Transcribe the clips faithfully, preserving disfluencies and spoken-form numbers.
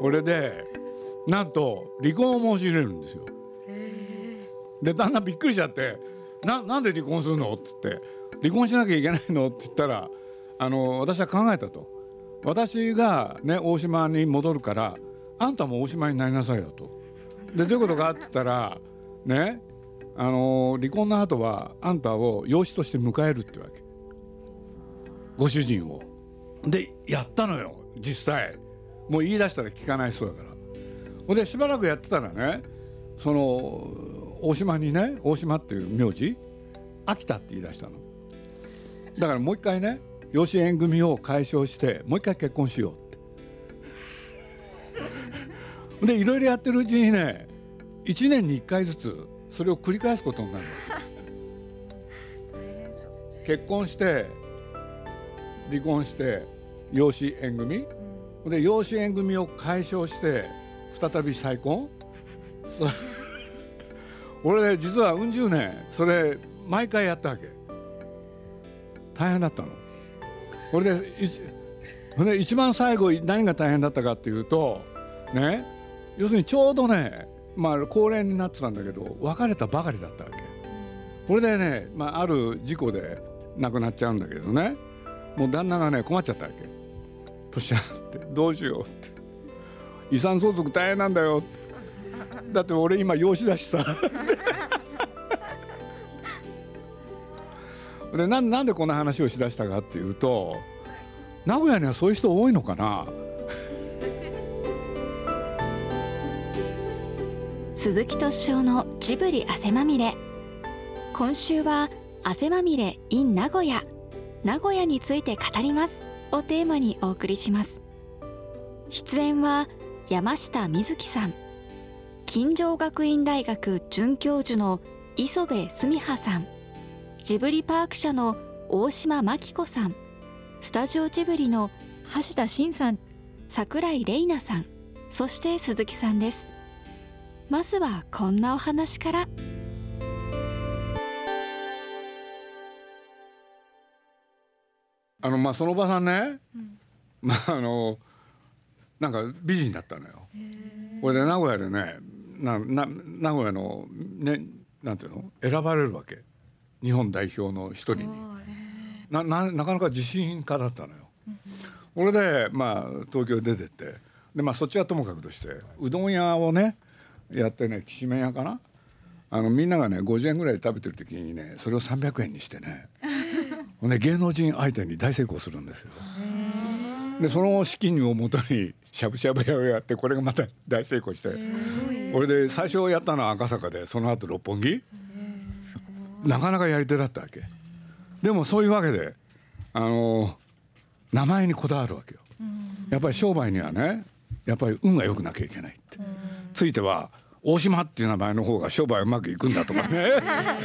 俺でなんと離婚を申し入れるんですよ。で旦那びっくりしちゃって、な, なんで離婚するのって言って、離婚しなきゃいけないのって言ったら、あの私は考えたと。私がね大島に戻るからあんたも大島になりなさいよと。でどういうことかって言ったらね、あの離婚の後はあんたを養子として迎えるってわけ、ご主人を。でやったのよ実際。もう言い出したら聞かない人だから。でしばらくやってたらね、その大島にね、大島っていう名字秋田って言い出したの。だからもう一回ね養子縁組を解消してもう一回結婚しようってでいろいろやってるうちにね、いちねんにいっかいずつそれを繰り返すことになる結婚して離婚して養子縁組で、養子縁組を解消して再び再婚俺ね実はうん十年それ毎回やったわけ。大変だったの。これでで一番最後何が大変だったかっていうとね、要するにちょうどね、まあ高齢になってたんだけど別れたばかりだったわけ。これでね、まあ、ある事故で亡くなっちゃうんだけどね、もう旦那がね困っちゃったわけ。年寄ってどうしようって、遺産相続大変なんだよって、だって俺今養子だしさで な, なんでこの話をしだしたかっていうと、名古屋にはそういう人多いのかな。 鈴木敏夫のジブリ汗まみれ。今週は汗まみれ in 名古屋、名古屋について語りますをテーマにお送りします。出演は山下美月さん、金城学院大学准教授の磯部純葉さん、ジブリパーク社の大島真紀子さん、スタジオジブリの橋田真さん、櫻井玲奈さん、そして鈴木さんです。まずはこんなお話から。 あのまあそのおばさんね、うん、まああのなんか美人だったのよ。これで名古屋でね、なな名古屋のね、なんていうの選ばれるわけ、日本代表の一人に。な, な, なかなか自信家だったのよ。これでまあ東京出てってで、まあ、そっちはともかくとしてうどん屋をねやってね、きしめん屋かな、あのみんながねごじゅうえんぐらいで食べてる時にねそれをさんびゃくえんにしてねね芸能人相手に大成功するんですよ。でその資金をもとにしゃぶしゃぶ屋をやって、これがまた大成功して、俺で最初やったのは赤坂で、その後六本木、なかなかやり手だったわけ。でもそういうわけであの名前にこだわるわけよ。やっぱり商売にはねやっぱり運が良くなきゃいけないって、ついては大島っていう名前の方が商売うまくいくんだとかねだ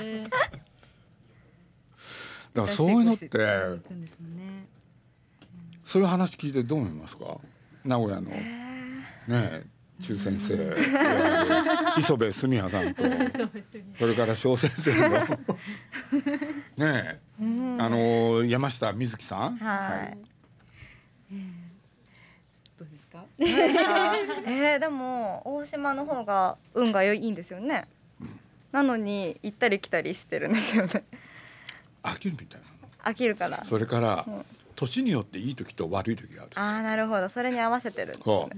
からそういうのってそういう話聞いてどう思いますか。名古屋のね中先生磯部純葉さんとそれから小先生のねえ、あの山下美月さん、はい、はい、 どうですかえー、でも大島の方が運が良いんですよね、うん、なのに行ったり来たりしてるんですよね。 飽きるみたいなの飽きるから。 それから、うん、年によっていい時と悪い時がある。 ああなるほど、それに合わせてるんですね。そう、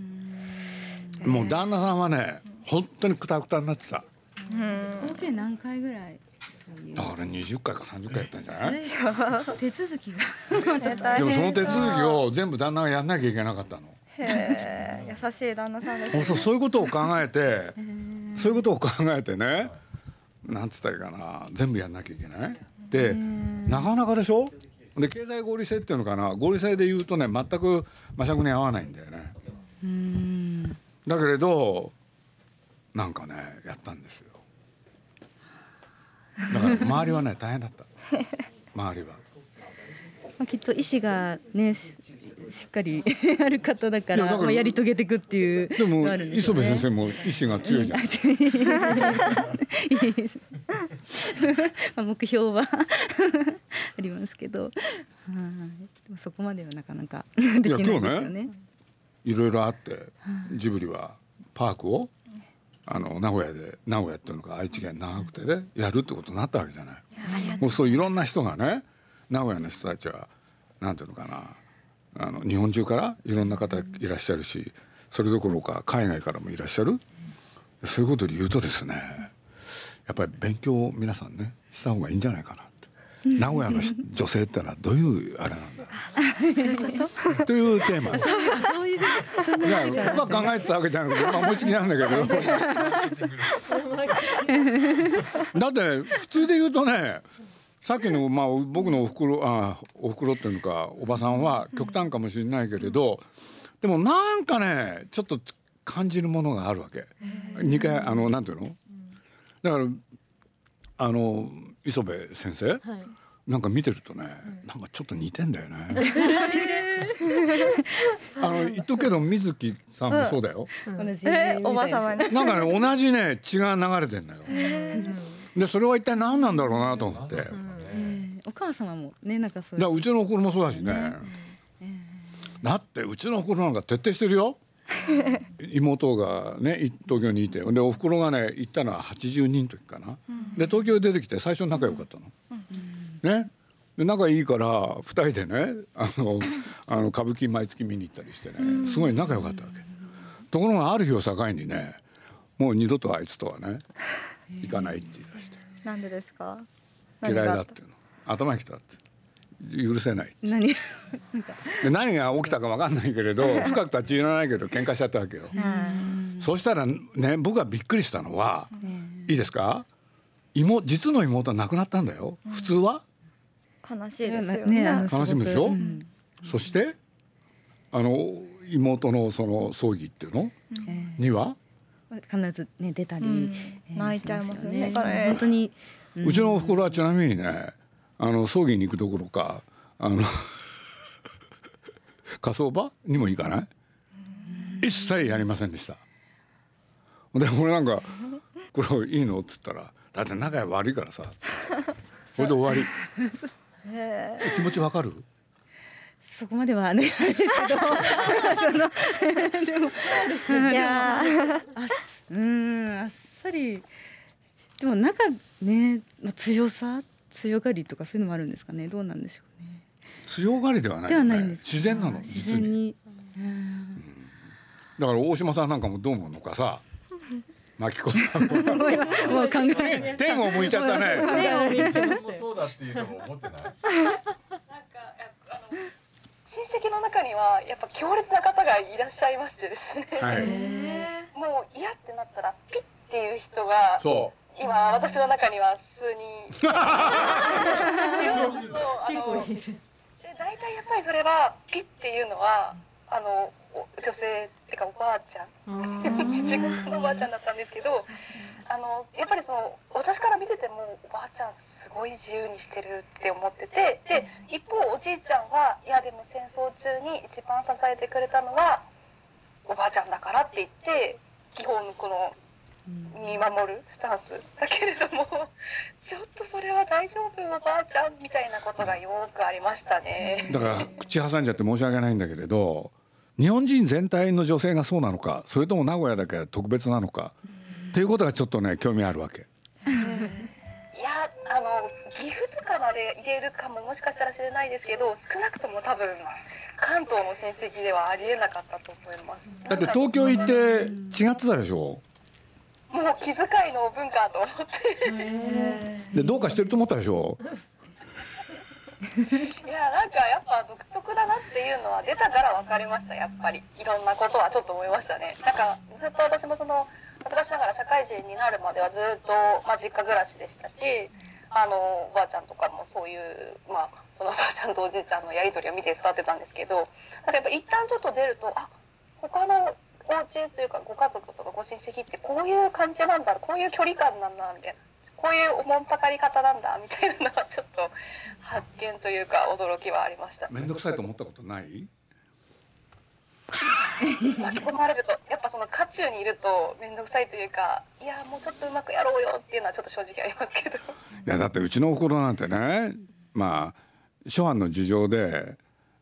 もう旦那さんはね、うん、本当にクタクタになってた。 合計何回ぐらいそういうだからにじゅっかいかさんじゅっかいやったんじゃない。 手続きがでもその手続きを全部旦那がやんなきゃいけなかったの。 へー優しい旦那さんですね。 そう、そういうことを考えてそういうことを考えてね、なんつったらいいかな、全部やんなきゃいけないで、なかなかでしょ。で経済合理性っていうのかな、合理性で言うとね全く摩擦に合わないんだよね。うーんだけれどなんかねやったんですよ。だから周りはね大変だった周りは、 まあ、きっと意志がねしっかりある方だから、や, まあ、やり遂げていくっていうでものあるんですよね。磯部先生も意志が強いじゃんまあ目標はありますけど、そこまではなかなかできないですよね。 いろいろあってジブリはパークをあの名古屋で名古屋っていうのか愛知県長久手でやるってことになったわけじゃない。もうそういろんな人がね名古屋の人たちはなんていうのかなあの日本中からいろんな方いらっしゃるしそれどころか海外からもいらっしゃる。そういうことで言うとですねやっぱり勉強を皆さんねした方がいいんじゃないかなって。名古屋の女性ってのはどういうあれなんだというテーマです。 そういうそんいや僕は考えてたわけじゃなくて、まあ、思いつきなんだけどだって普通で言うとねさっきの、まあ、僕のおふくろあおふくろっていうのかおばさんは極端かもしれないけれどでもなんかねちょっと感じるものがあるわけ。にかいあのなんていうのだからあの磯部先生、はい、なんか見てるとね、うん、なんかちょっと似てんだよねあの言っとくけど水木さんもそうだよ、 うん、同じおばさまになんかね同じね血が流れてんだよでそれは一体何なんだろうなと思って、うん、 お母様もねなんかそうだからうちの子もそうだしね、うん、だってうちの子なんか徹底してるよ妹がね東京にいてでおふくろがね行ったのははちじゅうにんの時かな、うん、で東京出てきて最初仲良かったの、うん、ねで仲いいからふたりでねあのあの歌舞伎毎月見に行ったりしてねすごい仲良かったわけ、うん、ところがある日を境にねもう二度とあいつとはね行かないって言い出してなんでですか嫌いだっていうの頭にきたって許せない何で何が起きたか分かんないけれど深く立ち入らないけど喧嘩しちゃったわけよ。そうしたらね僕がびっくりしたのは、いいですか妹実の妹は亡くなったんだよ。普通は悲しいですよね。 悲しむでしょ、うん、そしてあの妹のその葬儀っていうの、うん、には必ずね出たり、 うんえー、泣いちゃいますよね。 本当に、 うん、うちのおふくろはちなみにねあの葬儀に行くどころかあの火葬場にも行かない一切やりませんでした。で俺なんかこれいいのって言ったらだって仲悪いからさこれで終わり気持ちわかるそこまではねですけどそのでもいやあうんあっさりでもなんかね強さ強がりとかそういうのもあるんですかね。どうなんでしょうね。 強がりではない、ね、 ではないです。 自然なの自然に、 うん、だから大島さんなんかもどう思うのかさ巻き込んもう考え天を向いちゃったね。 天を向いてましたよ。そうだっていうのも思ってない。なんかあの親戚の中にはやっぱ強烈な方がいらっしゃいましてですね。 はい、 もう嫌ってなったらピッっていう人が。 そう。 今私の中には数人あので大体やっぱりそれはピッっていうのはあの女性ってかおばあちゃん自分のおばあちゃんだったんですけどあのやっぱりその私から見ててもおばあちゃんすごい自由にしてるって思っててで一方おじいちゃんはいやでも戦争中に一番支えてくれたのはおばあちゃんだからって言って基本この見守るスタンスだけれどもちょっとそれは大丈夫おばあちゃんみたいなことがよくありましたね。 だから口挟んじゃって申し訳ないんだけれど日本人全体の女性がそうなのかそれとも名古屋だけ特別なのかっていうことがちょっとね興味あるわけ。 いやあの岐阜とかまで入れるかももしかしたら知れないですけど少なくとも多分関東の親戚ではありえなかったと思います。 だって東京行って違ってたでしょ。 もう気遣いの文化と思ってでどうかしてると思ったでしょいやなんかやっぱ独特だなっていうのは出たから分かりました。やっぱりいろんなことはちょっと思いましたね。なんかずっと私もその私ながら社会人になるまではずっと、まあ、実家暮らしでしたしあのおばあちゃんとかもそういう、まあ、そのおばあちゃんとおじいちゃんのやり取りを見て育ってたんですけどやっぱ一旦ちょっと出るとあ他のお家というかご家族とかご親戚ってこういう感じなんだこういう距離感なんだみたいなこういうおもんぱかり方なんだみたいなのはちょっと発見というか驚きはありました。 めんどくさいと思ったことない巻き込まれるとやっぱその渦中にいるとめんどくさいというかいやもうちょっとうまくやろうよっていうのはちょっと正直ありますけどいやだってうちのおふくろなんてねまあ諸般の事情で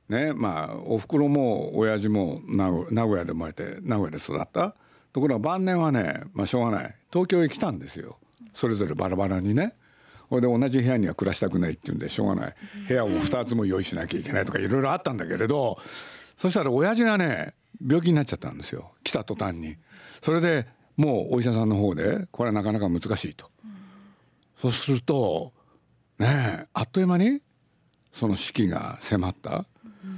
ね、まあおふくろも親父も名古屋で生まれて名古屋で育った。ところが晩年はね、まあ、しょうがない東京へ来たんですよ。それぞれバラバラにね。これで同じ部屋には暮らしたくないっていうんでしょうがない、部屋をふたつも用意しなきゃいけないとかいろいろあったんだけれど、そしたら親父がね病気になっちゃったんですよ、来た途端に。それでもうお医者さんの方でこれはなかなか難しいと、うん、そうするとねあっという間にその死期が迫った、うん、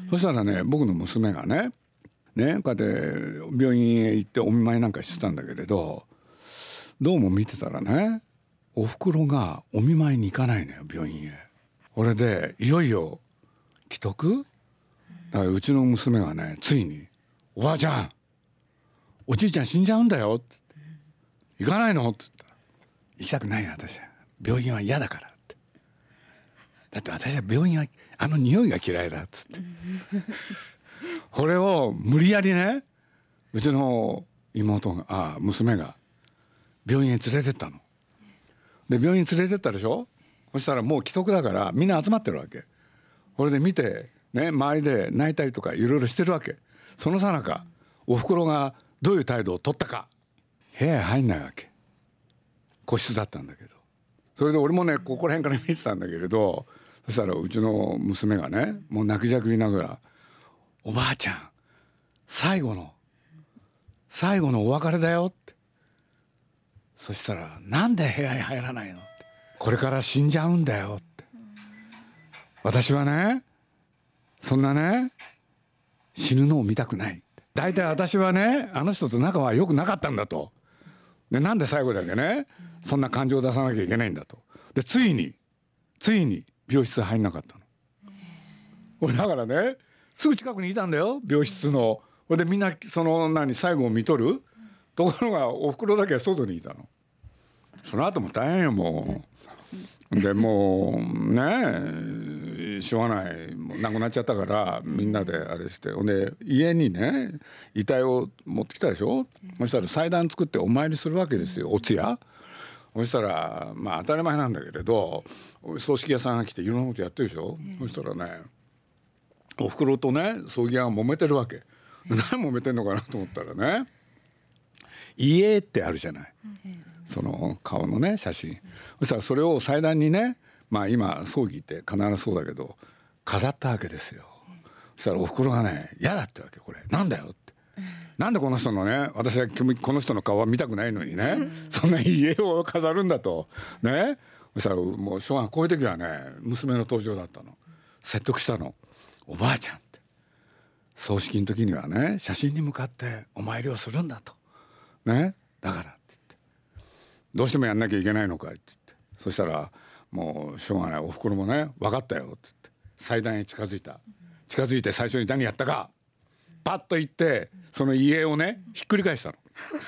そしたらね僕の娘がねねこうやって病院へ行ってお見舞いなんかしてたんだけれど、どうも見てたらねおふくろがお見舞いに行かないのよ病院へ。これでいよいよ危篤だからうちの娘がねついに「おばあちゃんおじいちゃん死んじゃうんだよ」って行かないのって言ったら「行きたくないよ私は病院は嫌だから」って。だって私は病院はあの匂いが嫌いだっつってこれを無理やりねうちの妹があ娘が病院へ連れてったの。で病院に連れてったでしょ。そしたらもう危篤だからみんな集まってるわけ。これで見てね周りで泣いたりとかいろいろしてるわけ。そのさなかおふくろがどういう態度を取ったか、部屋へ入んないわけ。個室だったんだけど、それで俺もねここら辺から見てたんだけれど、そしたらうちの娘がねもう泣きじゃくりながら「おばあちゃん最後の最後のお別れだよ」って。そしたら「なんで部屋に入らないの?」って「これから死んじゃうんだよ」って。私はねそんなね死ぬのを見たくない。大体私はねあの人と仲は良くなかったんだと。でなんで最後だけねそんな感情を出さなきゃいけないんだと。でついについに病室入んなかったの。俺だからねすぐ近くにいたんだよ病室の。それでみんなその何最後を見とる。ところがおふくろだけは外にいたの。その後も大変よもう。でもうねしょうがないもう亡くなっちゃったからみんなであれして、ほんで家にね遺体を持ってきたでしょ。そしたら祭壇作ってお参りするわけですよ、お通夜。そしたらまあ当たり前なんだけれど葬式屋さんが来ていろんなことやってるでしょ。そしたらねおふくろとね葬儀屋が揉めてるわけ。何揉めてんのかなと思ったらね家ってあるじゃない、その顔のね写真。そしたらそれを祭壇にねまあ今葬儀って必ずそうだけど飾ったわけですよ。そしたらおふくろがね嫌だってわけ。これなんだよって、なんでこの人のね私はこの人の顔は見たくないのにねそんな家を飾るんだとね。そしたらもうしょうがない、こういう時はね娘の登場だったの。説得したの。おばあちゃんって葬式の時にはね写真に向かってお参りをするんだとね、だからって言ってどうしてもやんなきゃいけないのかいって言って、そしたらもうしょうがないおふくろもね分かったよって言って祭壇へ近づいた。近づいて最初に何やったかパッと言ってその家をねひっくり返したの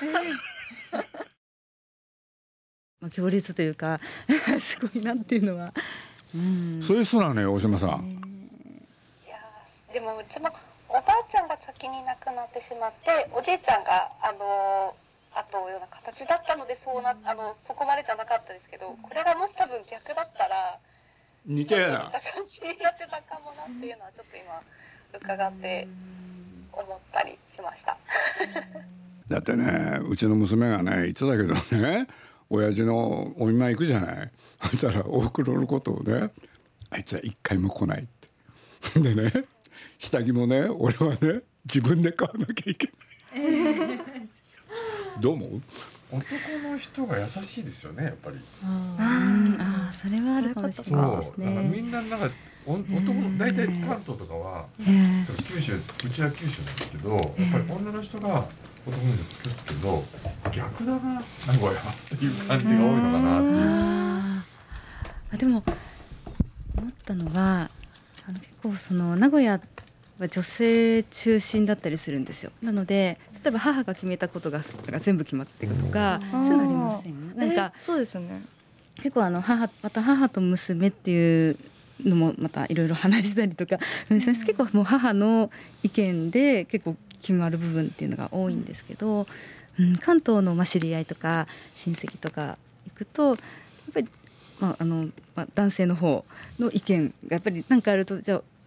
強烈というかすごいなっていうのは、 うん、そういう人なのよ大島さん。 いやでもうちもおばあちゃんが先に亡くなってしまっておじいちゃんがあの後ような形だったのでそうなあのそこまでじゃなかったですけど、これがもし多分逆だったら似てるな感じになってたかもなっていうのはちょっと今伺って思ったりしましただってねうちの娘がね言ってたけどね親父のお見舞い行くじゃない。そしたらおふくろのことをねあいつは一回も来ないってでね下着もね俺はね自分で買わなきゃいけない、えー、どう思う？ 男の人が優しいですよねやっぱり。 ああそれはあるかもしれないですね。 そうなんかみんななんかお男の大体関東とかは、えー、九州うちは九州なんですけど、やっぱり女の人が男の人作るんですけど逆だな名古屋っていう感じが多いのかなっていう。 ああでも思ったのはあの結構その名古屋は女性中心だったりするんですよ。なので例えば母が決めたことが全部決まっていくとか、そういうのありません？なんか、 そうですよね。 結構あの母また母と娘っていうのもまたいろいろ話したりとか結構もう母の意見で結構決まる部分っていうのが多いんですけど、うん、関東のまあ知り合いとか親戚とか行くとやっぱり、まああのまあ、男性の方の意見がやっぱり何かあるとじゃあ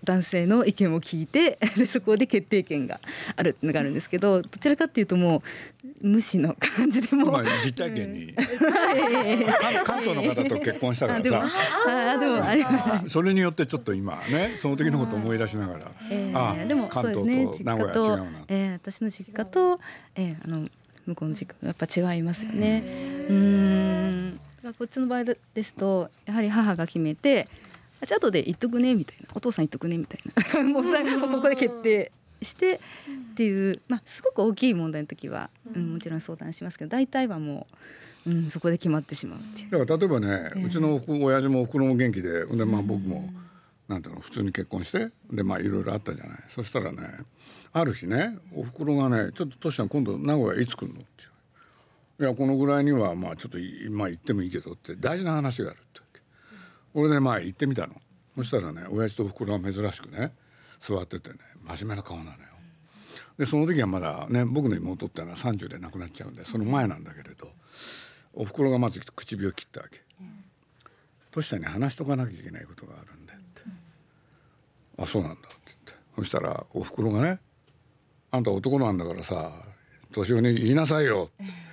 男性の意見を聞いてでそこで決定権があるっていうのがあるんですけど、どちらかっていうともう無視の感じでも、 まあ、実体験に、うん、関東の方と結婚したからさ、 あでもあれそれによってちょっと今ねその時のことを思い出しながら、 えー、 あでも関東と名古屋違うな、 えー、私の実家と、えー、あの向こうの実家やっぱ違いますよね。うーんこっちの場合ですとやはり母が決めて、じゃあ後で言っとくねみたいな、お父さん言っとくねみたいなもうここで決定してっていう、まあ、すごく大きい問題の時は、うん、もちろん相談しますけど、大体はもう、うん、そこで決まってしまうっていう。 だから例えばね、えー、うちの親父もおふくろも元気で、で、まあ、僕もなんていうの普通に結婚してで、まあ、いろいろあったじゃない。そしたらねある日ねおふくろがねちょっとトシちゃん今度名古屋いつ来るのって言う。いやこのぐらいにはまあちょっと今行ってもいいけどって大事な話があるって俺でまあ行ってみたの。そしたらね親父とおふくろが珍しくね座っててね真面目な顔なのよ。でその時はまだね僕の妹ってのはさんじゅうで亡くなっちゃうんでその前なんだけれど、おふくろがまず唇を切ったわけ。トシちゃんに話しとかなきゃいけないことがあるんでって、あそうなんだって言って、そしたらおふくろがねあんた男なんだからさトシオに言いなさいよ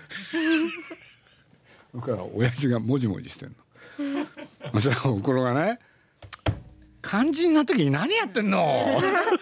それから親父がもじもじしてんのそしたらおふくろがね肝心な時に何やってんの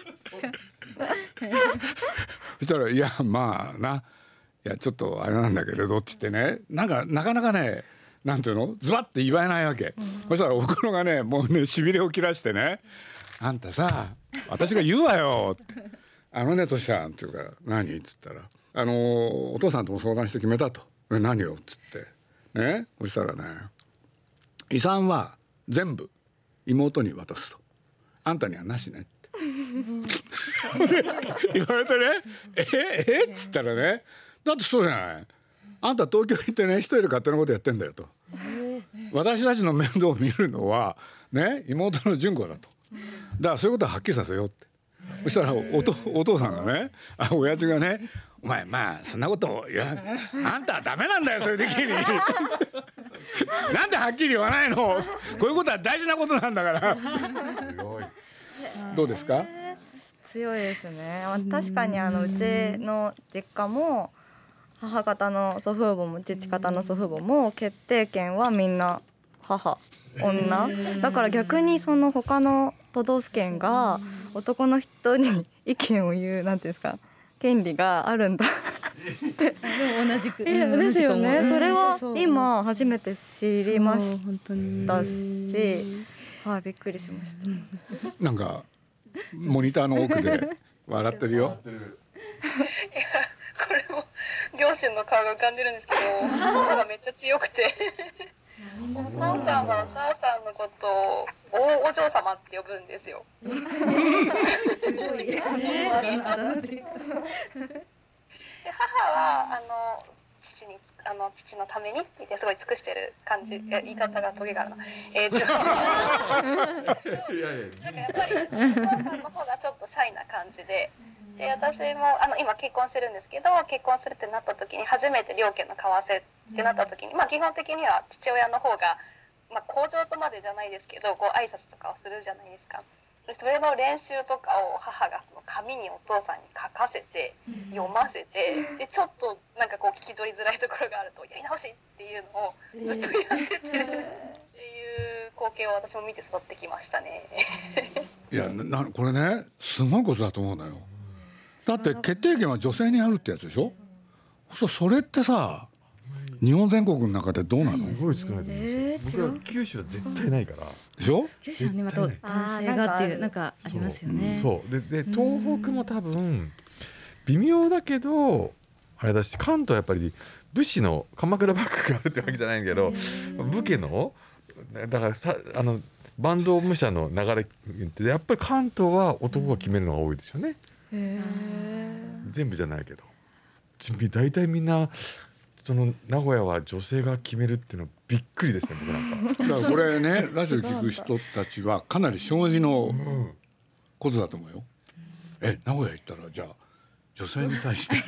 そしたらいやまあないやちょっとあれなんだけれどって言ってね、なんかなかなかねなんていうのズバッて言わないわけ、うん、そしたらおふくろがねもうねしびれを切らしてね、あんたさ私が言うわよってあのねトシちゃんって言うから何っつったらあのお父さんとも相談して決めたと。何よっつってね、そしたらね遺産は全部妹に渡すと、あんたにはなしねって言われてねええっつったらね、だってそうじゃない、あんた東京行ってね一人で勝手なことやってんだよと、私たちの面倒を見るのはね妹の純子だと、だからそういうことははっきりさせようって。そしたら お, とお父さんがねあ親父がねお前まあそんなこといやあんたはダメなんだよそういう時になんではっきり言わないの、こういうことは大事なことなんだからどうですか。 強いですね。確かにあのうちの実家も母方の祖父母も父方の祖父母も決定権はみんな母女だから、逆にその他の都道府県が男の人に意見を言うなんていうんですか権利があるんだってでも同じく、 えー、ですよね。それは今初めて知りましたし、はい、びっくりしました。 なんかモニターの奥で笑ってるよいやこれも両親の顔が浮かんでるんですけど母がめっちゃ強くてお父さんはお母さんのことを大お嬢様って呼ぶんですよ。で母はあの父にあの父のためにって言ってすごい尽くしてる感じ、言い方がトゲがあるな。えー、っとなんかやっぱりお父さんの方がちょっとシャイな感じで。で私もあの今結婚してるんですけど、結婚するってなった時に初めて両家の為替ってなった時に、まあ、基本的には父親の方が、まあ、口上とまでじゃないですけどこう挨拶とかをするじゃないですか。でそれの練習とかを母がその紙にお父さんに書かせて読ませて、でちょっとなんかこう聞き取りづらいところがあるとやり直しっていうのをずっとやってて、っていう光景を私も見て育ってきましたね。 いやなこれねすごいことだと思うのよ。だって決定権は女性にあるってやつでしょ。それってさ日本全国の中でどうなの。 すごい少ないと思うんですよ。僕は九州は絶対ないからでしょ。 九州はねまた男性がっていうなんかありますよね。 そうでで東北も多分微妙だけどあれだし、関東はやっぱり武士の鎌倉幕府があるってわけじゃないけど武家のだからさあの坂東武者の流れってやっぱり関東は男が決めるのが多いですよね。全部じゃないけど大体みんなその名古屋は女性が決めるっていうのびっくりですね僕なんか。 だからこれねラジオ聞く人たちはかなり衝撃のことだと思うよ。え名古屋行ったらじゃあ女性に対して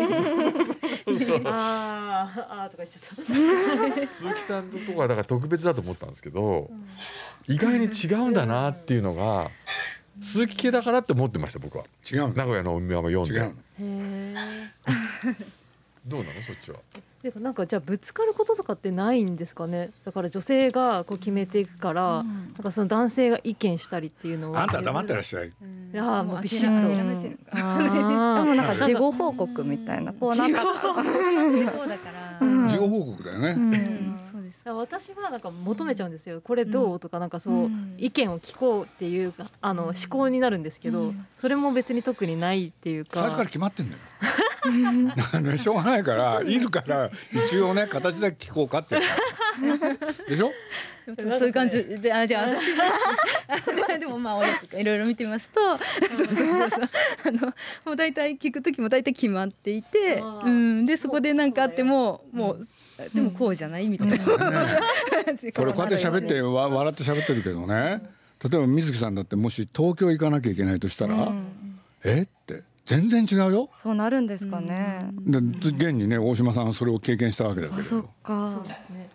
ああとか言っちゃった鈴木さんのとこはだから特別だと思ったんですけど、意外に違うんだなっていうのが鈴木家だからって思ってました僕は。 違う名古屋の海山読んで。 違うへどうなのそっちは。 でもなんかじゃあぶつかることとかってないんですかね。だから女性がこう決めていくから、うん、なんかその男性が意見したりっていうのは。 あんた黙ってらっしゃい。 いやもうビシッと。 でもなんか事後報告みたいなこうなんか事後報告だよね。うん私はなんか求めちゃうんですよ。これどうとかなんかそう意見を聞こうっていうあの思考になるんですけど、それも別に特にないっていうか。 最初から決まってんだよ。しょうがないからいるから一応ね形だけ聞こうかってでしょ。 そういう感じで、あじゃあ私でもまあ親とかいろいろ見てますとそうそうそうそうあのもう大体聞く時も大体決まっていて、うん、でそこで何かあってももうでもこうじゃないみたいな、うんね、 これこうやって喋ってわ笑って喋ってるけどね、例えば水木さんだってもし東京行かなきゃいけないとしたら、うん、えって全然違うよ。 そうなるんですかね。 で現にね大島さんはそれを経験したわけだけど。 あそっか。 そうですね。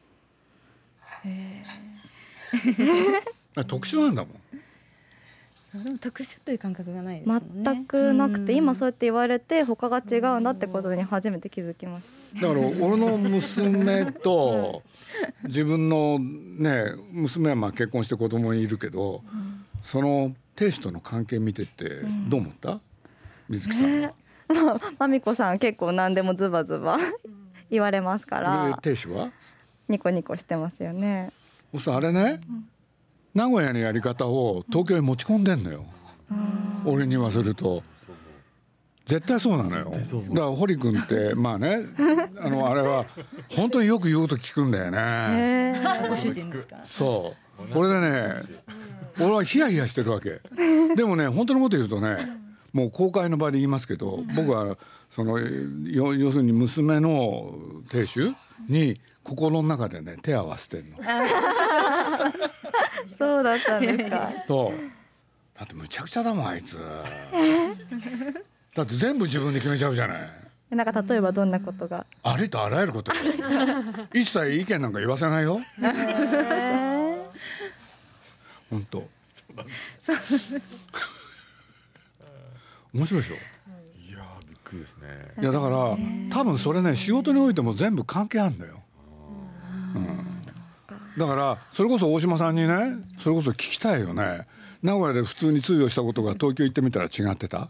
へえ特殊なんだもん。 でも特殊という感覚がないですもんね。 全くなくて、今そうやって言われて他が違うんだってことに初めて気づきます。 だから俺の娘と自分のね娘はまあ結婚して子供いるけど、うん、その亭主との関係見ててどう思った、うん、水木さんは。 えー、まあまみこさん結構何でもズバズバ言われますから。 亭主はニコニコしてますよね。 おさあれね、うん、名古屋のやり方を東京に持ち込んでんのよ、うん、俺に言わせると絶対そうなのよ。だから堀君ってまあねあのあれは本当によく言うこと聞くんだよね。 ご主人ですか。 そう俺でね俺はヒヤヒヤしてるわけでもね本当のこと言うとねもう公開の場で言いますけど、僕はその要するに娘の亭主に心の中でね手合わせてんの。 そうだったんですか。 そうだってむちゃくちゃだもんあいつ。だって全部自分で決めちゃうじゃない。 なんか例えばどんなことが。 ありとあらゆること一切意見なんか言わせないよ。本当面白いでしょ。 いやびっくりですね。 いやだから多分それね仕事においても全部関係あるんだよ、うん、だからそれこそ大島さんにねそれこそ聞きたいよね。名古屋で普通に通用したことが東京行ってみたら違ってた。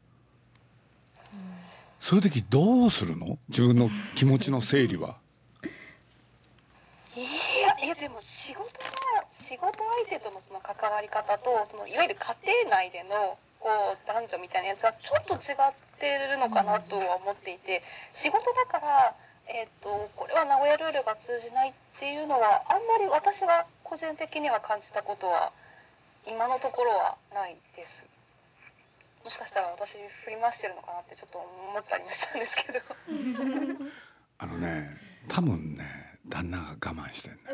そういう時どうするの自分の気持ちの整理は。 いやいやでも仕事の仕事相手とのその関わり方とそのいわゆる家庭内でのこう男女みたいなやつはちょっと違ってるのかなとは思っていて、仕事だから、えー、とこれは名古屋ルールが通じないっていうのはあんまり私は個人的には感じたことは今のところはないです。もしかしたら私振り回してるのかなってちょっと思ったりもしたんですけどあのね多分ね旦那が我慢してん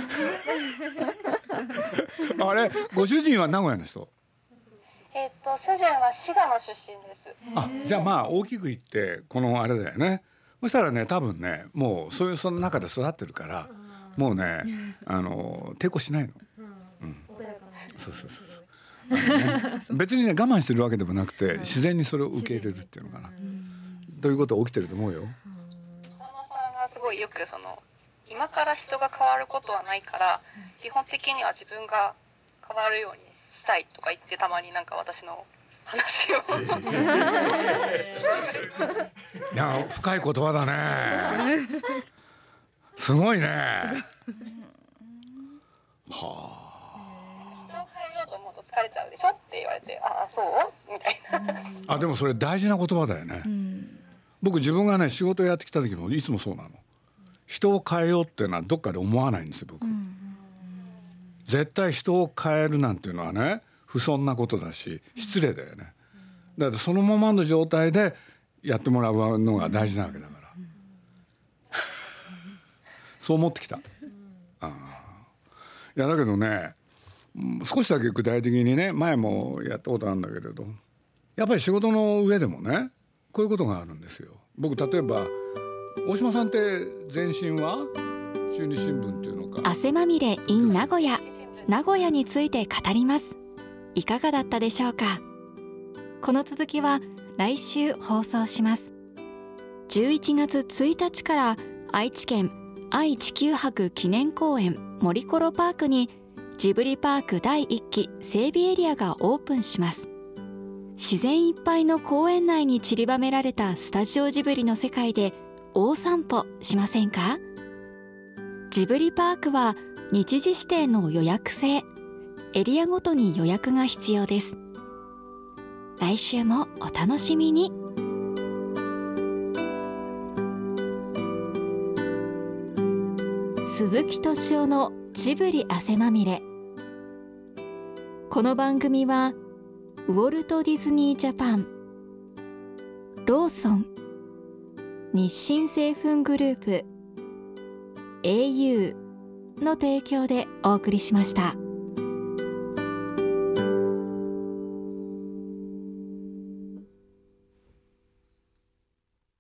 のあれご主人は名古屋の人。 えっと主人は滋賀の出身です。 あじゃあまあ大きく言ってこのあれだよね。そしたらね多分ねもうそういうその中で育ってるからもうねあの抵抗しないの、うん、そうそうそうそうね、別にね我慢してるわけでもなくて自然にそれを受け入れるっていうのかな、ということは起きてると思うよ。 旦那さんがすごいよくその今から人が変わることはないから基本的には自分が変わるようにしたいとか言ってたまになんか私の話をいや深い言葉だねすごいねはあ。 と思うと疲れちゃうでしょって言われて、ああそうみたいなあでもそれ大事な言葉だよね、うん、僕自分がね仕事をやってきた時もいつもそうなの。人を変えようっていうのはどっかで思わないんですよ僕、うん、絶対人を変えるなんていうのはね不遜なことだし失礼だよね。だってそのままの状態でやってもらうのが大事なわけだからそう思ってきた。あいやだけどね少しだけ具体的にね前もやったことあるんだけれどやっぱり仕事の上でもねこういうことがあるんですよ。僕例えば大島さんって前身は中日新聞っていうのか汗まみれ in 名古屋名古屋について語ります。 いかがだったでしょうか。この続きは来週放送します。じゅういちがつついたちから愛知県愛・地球博記念公園森コロパークにジブリパークだいいっき整備エリアがオープンします。自然いっぱいの公園内に散りばめられたスタジオジブリの世界で大散歩しませんか。ジブリパークは日時指定の予約制、エリアごとに予約が必要です。来週もお楽しみに。鈴木敏夫のジブリ汗まみれ。この番組はウォルト・ディズニー・ジャパン、ローソン、日清製粉グループ、エーユー の提供でお送りしました。